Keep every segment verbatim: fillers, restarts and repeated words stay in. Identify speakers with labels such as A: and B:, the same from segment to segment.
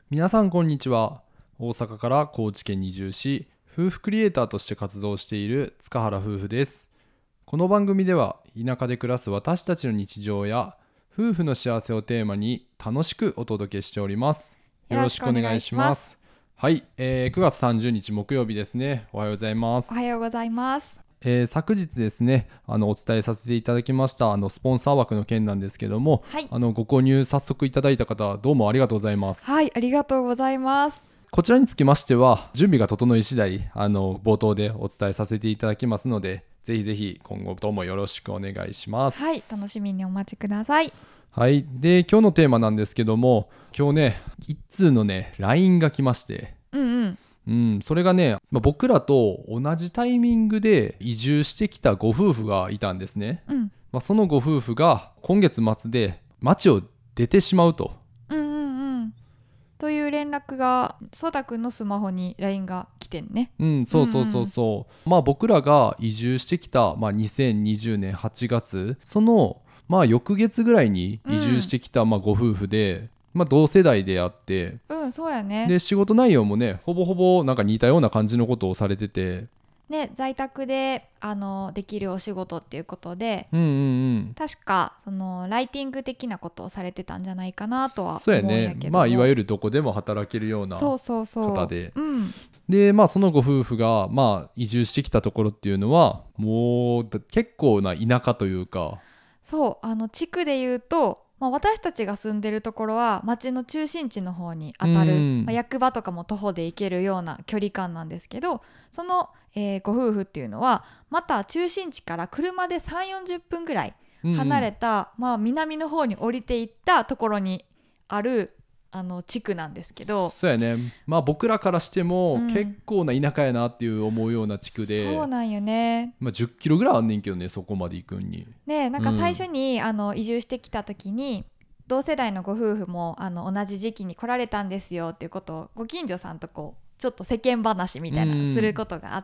A: 皆さんこんにちは。大阪から高知県に移住し、夫婦クリエイターとして活動している塚原夫婦です。この番組では田舎で暮らす私たちの日常や夫婦の幸せをテーマに楽しくお届けしております。よろしくお願いします。はい、えー、くがつさんじゅうにち木曜日ですね。おはようございます。
B: おはようございます。
A: えー、昨日ですねあのお伝えさせていただきましたあのスポンサー枠の件なんですけども、
B: はい、
A: あのご購入早速いただいた方どうもありがとうございます。
B: はい、ありがとうございます。
A: こちらにつきましては準備が整い次第あの冒頭でお伝えさせていただきますので、ぜひぜひ今後ともよろしくお願いします。
B: はい、楽しみにお待ちください。
A: はい、で今日のテーマなんですけども、今日ね一通のね ライン が来まして、
B: うんうん
A: うん、それがね、まあ、僕らと同じタイミングで移住してきたご夫婦がいたんですね、
B: うん
A: まあ、そのご夫婦が今月末で町を出てしまうと。
B: うんうんうんという連絡がソダ君のスマホに ライン が来てんね。
A: うん、そうそうそうそう、うんうん、まあ僕らが移住してきた、まあ、にせんにじゅうねんはちがつ、そのまあ翌月ぐらいに移住してきた、まあご夫婦で、まあ、同世代であって、
B: うんそうやね。
A: で仕事内容もねほぼほぼなんか似たような感じのことをされてて、
B: ね、在宅であのできるお仕事っていうことで、
A: うんうんうん、
B: 確かそのライティング的なことをされてたんじゃないかなとは
A: そう
B: 思うんや
A: やね、
B: けども、
A: まあいわゆるどこでも働けるような
B: そうそうそう
A: 方で、
B: うん
A: でまあそのご夫婦がまあ移住してきたところっていうのはもう結構な田舎というか、
B: そうあの地区で言うと、まあ、私たちが住んでるところは町の中心地の方にあたる、
A: うん
B: まあ、役場とかも徒歩で行けるような距離感なんですけど、その、えーご夫婦っていうのはまた中心地から車でさんじゅうよんじゅっぷんぐらい離れた、まあ、南の方に降りていったところにあるあの地区なんですけど、
A: そうやね、まあ僕らからしても
B: うん
A: 結構な田舎やなっていう思うような地区で、
B: そうなんよね。
A: まあ、じゅっキロぐらいあんねんけどね、そこまで行くんに
B: ね、なんか最初に、うん、あの移住してきた時に同世代のご夫婦もあの同じ時期に来られたんですよっていうことをご近所さんとこうちょっと世間話みたいなすることがあって、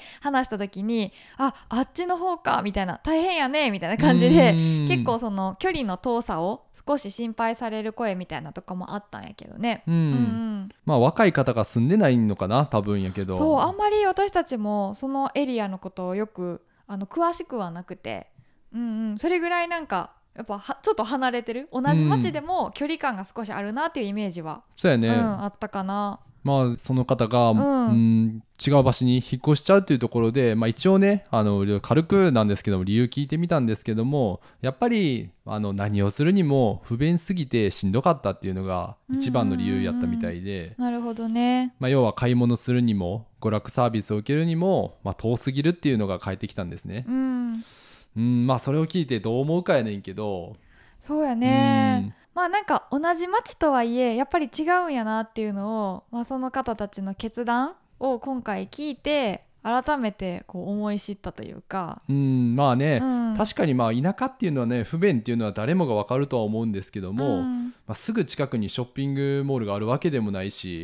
B: 話した時にああっちの方かみたいな、大変やねみたいな感じで、結構その距離の遠さを少し心配される声みたいなとかもあったんやけどね、
A: うん、うんうん、まあ若い方が住んでないのかな多分やけど、
B: そうあんまり私たちもそのエリアのことをよくあの詳しくはなくて、うんうん、それぐらいなんかやっぱはちょっと離れてる、同じ町でも距離感が少しあるなっていうイメージは、
A: そうやね、
B: うん、あったかな。
A: まあその方が、
B: うん
A: うん、違う場所に引っ越しちゃうっていうところで、まあ、一応ねあの軽くなんですけども理由聞いてみたんですけども、やっぱりあの何をするにも不便すぎてしんどかったっていうのが一番の理由やったみたいで、
B: なるほどね、
A: まあ、要は買い物するにも娯楽サービスを受けるにも、まあ、遠すぎるっていうのが返ってきたんですね、
B: うん
A: うん、まあそれを聞いてどう思うかやねんけど、
B: そうやね、まあなんか同じ町とはいえやっぱり違うんやなっていうのを、まあ、その方たちの決断を今回聞いて改めてこう思い知ったというか、
A: うん、まあね、
B: うん、
A: 確かにまあ田舎っていうのはね不便っていうのは誰もが分かるとは思うんですけども、
B: うん
A: まあ、すぐ近くにショッピングモールがあるわけでもないし、
B: うん、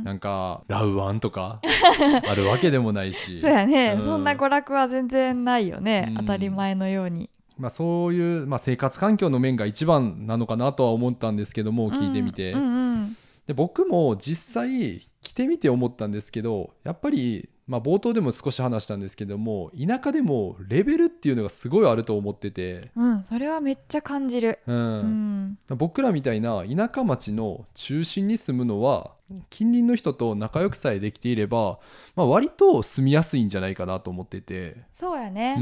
A: なんかラウワンとかあるわけでもないし
B: そうやね、
A: うん、
B: そんな娯楽は全然ないよね、
A: うん、
B: 当たり前のように、
A: まあ、そういう、まあ、生活環境の面が一番なのかなとは思ったんですけども、聞いてみて、
B: うんうんうん、
A: で僕も実際来てみて思ったんですけど、やっぱり、まあ、冒頭でも少し話したんですけども、田舎でもレベルっていうのがすごいあると思ってて、
B: うん、それはめっちゃ感じる、
A: うん
B: うん、
A: 僕らみたいな田舎町の中心に住むのは近隣の人と仲良くさえできていれば、まあ、割と住みやすいんじゃないかなと思ってて、
B: そうやね、
A: うん、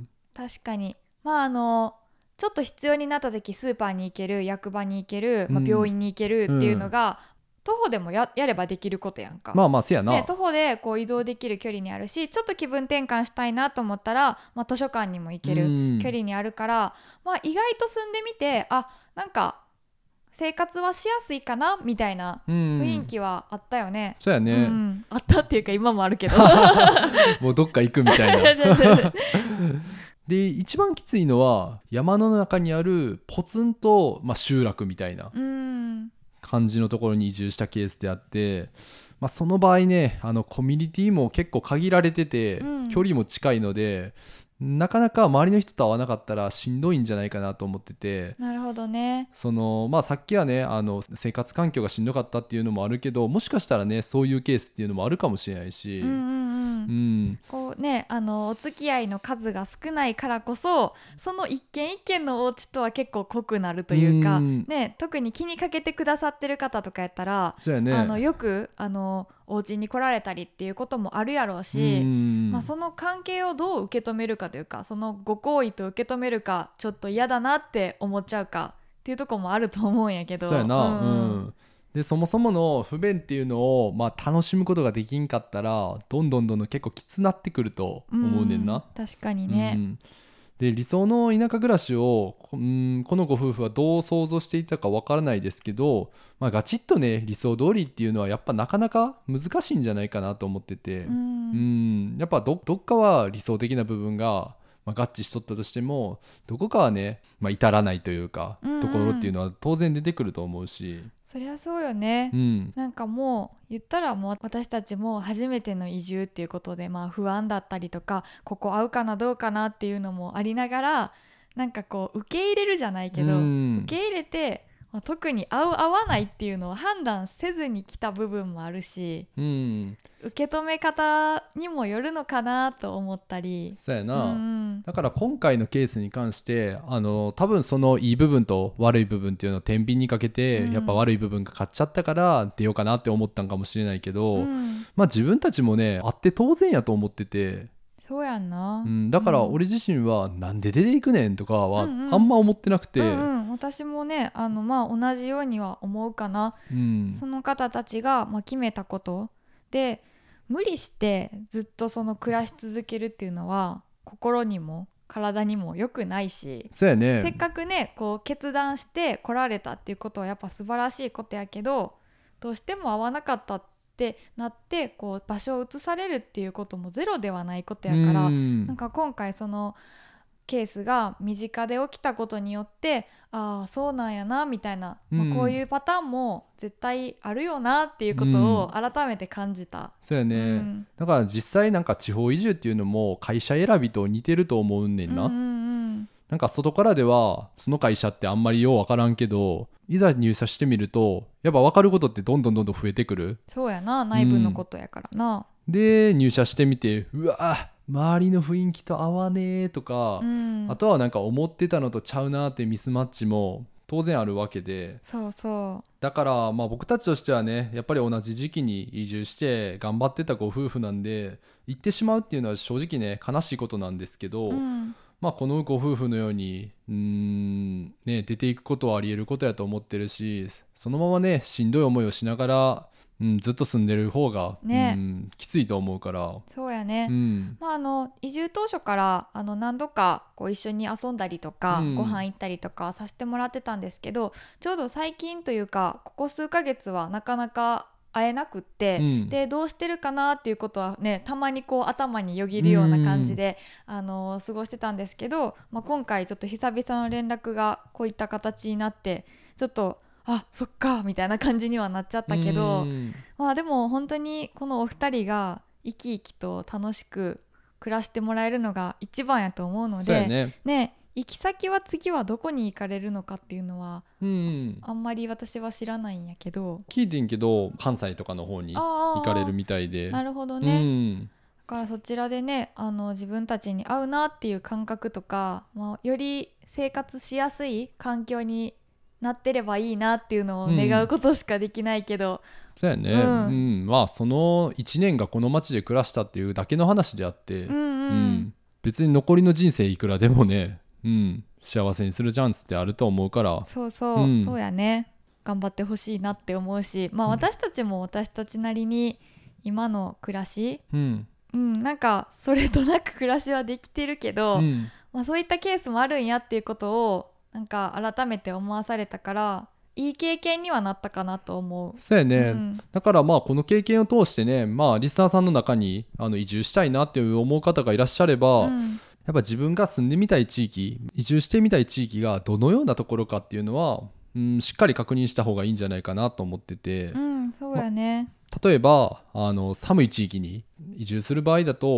B: 確かに、まああのちょっと必要になった時スーパーに行ける、役場に行ける、まあ、病院に行けるっていうのが、うん、徒歩でも や, やればできることやんか。
A: まあまあせやな、
B: ね、徒歩でこう移動できる距離にあるし、ちょっと気分転換したいなと思ったら、まあ、図書館にも行ける距離にあるから、まあ、意外と住んでみて、あ、なんか生活はしやすいかなみたいな雰囲気はあったよね、
A: うん、そうやね、
B: うん、あったっていうか今もあるけど
A: もうどっか行くみたいなで一番きついのは山の中にあるポツンと、まあ、集落みたいな感じのところに移住したケースであって、まあ、その場合ねあのコミュニティも結構限られてて、うん、距離も近いのでなかなか周りの人と会わなかったらしんどいんじゃないかなと思ってて、
B: なるほどね。
A: そのまあさっきはねあの生活環境がしんどかったっていうのもあるけど、もしかしたらねそういうケースっていうのもあるかもしれないし、
B: うんうんうん
A: うん
B: こうね、あのお付き合いの数が少ないからこそ、その一軒一軒のお家とは結構濃くなるというか、
A: うん
B: ね、特に気にかけてくださってる方とかやったら、
A: そうやね。
B: あのよくあのお家に来られたりっていうこともあるやろうし、
A: うん
B: まあ、その関係をどう受け止めるかというか、そのご好意と受け止めるか、ちょっと嫌だなって思っちゃうかっていうところもあると思うんやけど。
A: そうやな、
B: うん
A: うんでそもそもの不便っていうのを、まあ、楽しむことができんかったらどんどんどんどん結構きつなってくると思うねんな。
B: うん確かにね、
A: うんで理想の田舎暮らしを、うんこのご夫婦はどう想像していたかわからないですけど、まあ、ガチッとね理想通りっていうのはやっぱなかなか難しいんじゃないかなと思ってて、
B: うん
A: うんやっぱ ど, どっかは理想的な部分が、まあ、合致しとったとしてもどこかはね、まあ、至らないというか、
B: うんうん
A: ところっていうのは当然出てくると思うし、
B: そりゃそうよね、
A: うん
B: なんかもう言ったらもう私たちも初めての移住っていうことで、まあ不安だったりとか、ここ合うかなどうかなっていうのもありながら、なんかこう受け入れるじゃないけど、
A: うん
B: 受け入れて、まあ特に合う合わないっていうのを判断せずに来た部分もあるし、
A: うん
B: 受け止め方にもよるのかなと思ったり。
A: そうやな、
B: うん
A: だから今回のケースに関してあの多分そのいい部分と悪い部分っていうのを天秤にかけて、
B: うん
A: やっぱ悪い部分が勝っちゃったから出ようかなって思ったんかもしれないけど、
B: うん
A: まあ自分たちもねあって当然やと思ってて、
B: そうやんな、
A: うん、だから俺自身はなんで出ていくねんとかはあ
B: うんうん
A: んま思ってなくて、
B: うんうん、私もねあのまあ同じようには思うかな。
A: うん
B: その方たちがまあ決めたことで、無理してずっとその暮らし続けるっていうのは心にも体にも良くないし、
A: そうやね
B: せっかくねこう決断して来られたっていうことはやっぱ素晴らしいことやけど、どうしても合わなかったってなってこう場所を移されるっていうこともゼロではないことやから、
A: うん
B: なんか今回そのケースが身近で起きたことによって、ああそうなんやなみたいな、まあ、
A: うん
B: こういうパターンも絶対あるよなっていうことを改めて感じた。
A: そうやね、
B: うん
A: だから実際なんか地方移住っていうのも会社選びと似てると思うねんな、
B: うんうんうん
A: なんか外からではその会社ってあんまりようわからんけど、いざ入社してみるとやっぱ分かることってどんどんどんどん増えてくる。
B: そうやな、内部のことやからな。
A: で入社してみてうわ周りの雰囲気と合わねえとか、
B: うん
A: あとはなんか思ってたのとちゃうなってミスマッチも当然あるわけで、
B: そうそ
A: だからまあ僕たちとしてはねやっぱり同じ時期に移住して頑張ってたご夫婦なんで行ってしまうっていうのは正直ね悲しいことなんですけど、
B: う、うん
A: まあ、このご夫婦のようにうーん、ね、出ていくことはあり得ることやと思ってるし、そのままねしんどい思いをしながら、うん、ずっと住んでる方が、
B: ね
A: うん、きついと思うから、
B: そうやね、
A: うん
B: まあ、あの移住当初からあの何度かこう一緒に遊んだりとか、
A: うん
B: ご飯行ったりとかさせてもらってたんですけど、ちょうど最近というかここ数ヶ月はなかなか会えなくって、
A: うん
B: でどうしてるかなっていうことはねたまにこう頭によぎるような感じで、あの過ごしてたんですけど、まあ、今回ちょっと久々の連絡がこういった形になってちょっとあそっかみたいな感じにはなっちゃったけど、
A: うん
B: まあでも本当にこのお二人が生き生きと楽しく暮らしてもらえるのが一番やと思うの
A: そうや
B: で、
A: ね、
B: ね、行き先は次はどこに行かれるのかっていうのは
A: うん、
B: あんまり私は知らないんやけど、
A: 聞いてんけど関西とかの方に行
B: 行
A: かれるみたいで、
B: なるほど
A: う
B: ね、
A: ん
B: だからそちらでねあの自分たちに合うなっていう感覚とか、まあ、より生活しやすい環境になってればいいなっていうのを願うことしかできないけど、
A: そうやね、
B: う
A: うんんまあそのいちねんがこの町で暮らしたっていうだけの話であって、
B: うんうん
A: うん別に残りの人生いくらでもね、うん、幸せにするチャンスってあると思うから、
B: そうそう、
A: うん
B: そうやね、頑張ってほしいなって思うし、まあ、
A: うん
B: 私たちも私たちなりに今の暮らし、
A: うん
B: うん、なんかそれとなく暮らしはできてるけど、
A: うん
B: まあ、そういったケースもあるんやっていうことをなんか改めて思わされたから、いい経験にはなったかなと思う。
A: そうやね、
B: うん
A: だからまあこの経験を通してね、まあリスナーさんの中にあの移住したいなっていう思う方がいらっしゃれば、
B: うん
A: やっぱ自分が住んでみたい地域、移住してみたい地域がどのようなところかっていうのは、うん、しっかり確認した方がいいんじゃないかなと思ってて、
B: うん、そうやね、
A: 例えばあの寒い地域に移住する場合だと、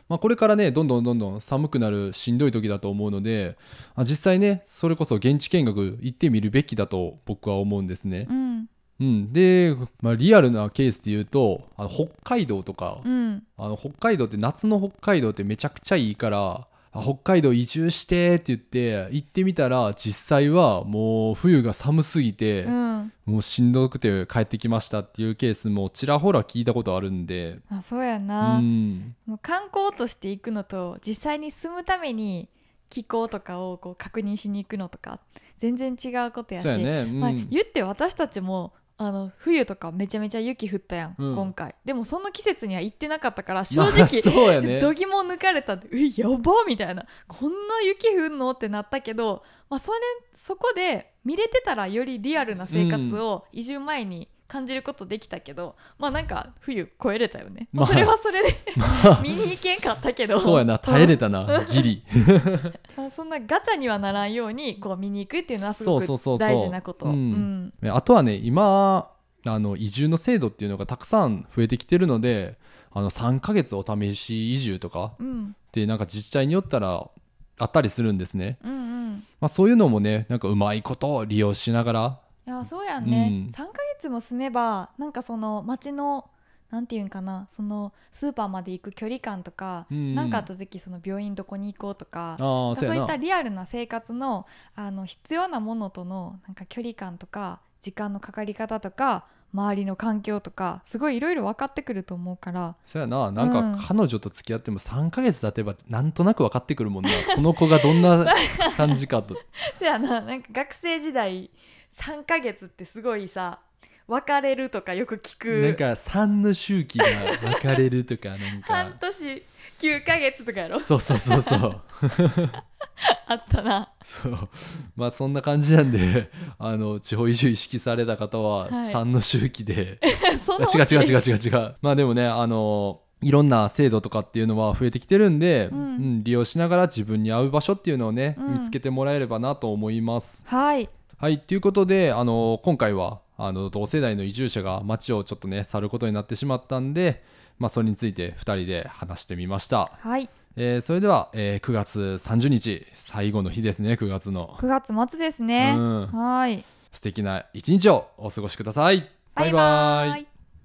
A: まあ、これからねどんどんどんどん寒くなるしんどい時だと思うので、あ実際ねそれこそ現地見学行ってみるべきだと僕は思うんですね。
B: うん
A: うん、で、まあ、リアルなケースで言うとあの北海道とか、
B: うん
A: あの北海道って夏の北海道ってめちゃくちゃいいから、あ北海道移住してって言って行ってみたら実際はもう冬が寒すぎて、
B: うん
A: もうしんどくて帰ってきましたっていうケースもちらほら聞いたことあるんで、
B: あそうや
A: う
B: な、
A: ん、
B: もう観光として行くのと実際に住むために気候とかをこう確認しに行くのとか全然違うことやし、
A: そうやね、うん
B: まあ、言って私たちもあの冬とかめちゃめちゃ雪降ったやん、
A: うん
B: 今回でもその季節には行ってなかったから正直、
A: まあそうやね
B: どぎも抜かれたってえやばみたいな、こんな雪降んのってなったけど、まあ、それそこで見れてたらよりリアルな生活を移住前に感じることできたけど、まあなんか冬越えれたよね、まあ、それはそれで、
A: まあ
B: 見に行けんかったけど
A: そうやな、耐えれたなギリ
B: まあそんなガチャにはならんようにこう見に行くっていうのはすごく
A: そうそうそうそう
B: 大事なこと。
A: う
B: うんん
A: あとはね今あの移住の制度っていうのがたくさん増えてきてるので、あのさんかげつお試し移住とか
B: うん
A: ってなんか自治体によったらあったりするんですね。
B: うんうん
A: まあ、そういうのもねなんかうまいことを利用しながら、
B: いやそうやんね、
A: うん
B: さんかげつも住めばなんかその街のなんていうんかな、そのスーパーまで行く距離感とか、
A: うん
B: なんかあった時その病院どこに行こうとか、
A: あー
B: そういった
A: そうやな、
B: リアルな生活の、あの必要なものとのなんか距離感とか時間のかかり方とか周りの環境とかすごいいろいろ分かってくると思うから。
A: そうやな、なん
B: うん
A: か彼女と付き合ってもさんかげつ経てばなんとなく分かってくるもんなその子がどんな感じかと
B: せやな、なんか学生時代さんかげつってすごいさ別れるとかよく聞く、
A: なんかさんの周期が分かれるとかなん
B: 半
A: か
B: 年きゅうかげつとかやろ
A: そうそうそうそう
B: あったな。
A: そうまあそんな感じなんであの地方移住意識された方は
B: はい
A: さんの周期で、
B: その
A: 違う違う違う違う違うまあでもねあのいろんな制度とかっていうのは増えてきてるんで、
B: うん
A: うん利用しながら自分に合う場所っていうのをね、
B: うん
A: 見つけてもらえればなと思います。
B: はい
A: はいということであの今回はあの同世代の移住者が街をちょっとね去ることになってしまったんで、まあ、それについてふたりで話してみました。
B: はい
A: えーそれでは、えーくがつさんじゅうにち最後の日ですね。くがつの
B: くがつ末ですね、
A: うん
B: はい
A: 素敵な一日をお過ごしください。
B: バイバイ。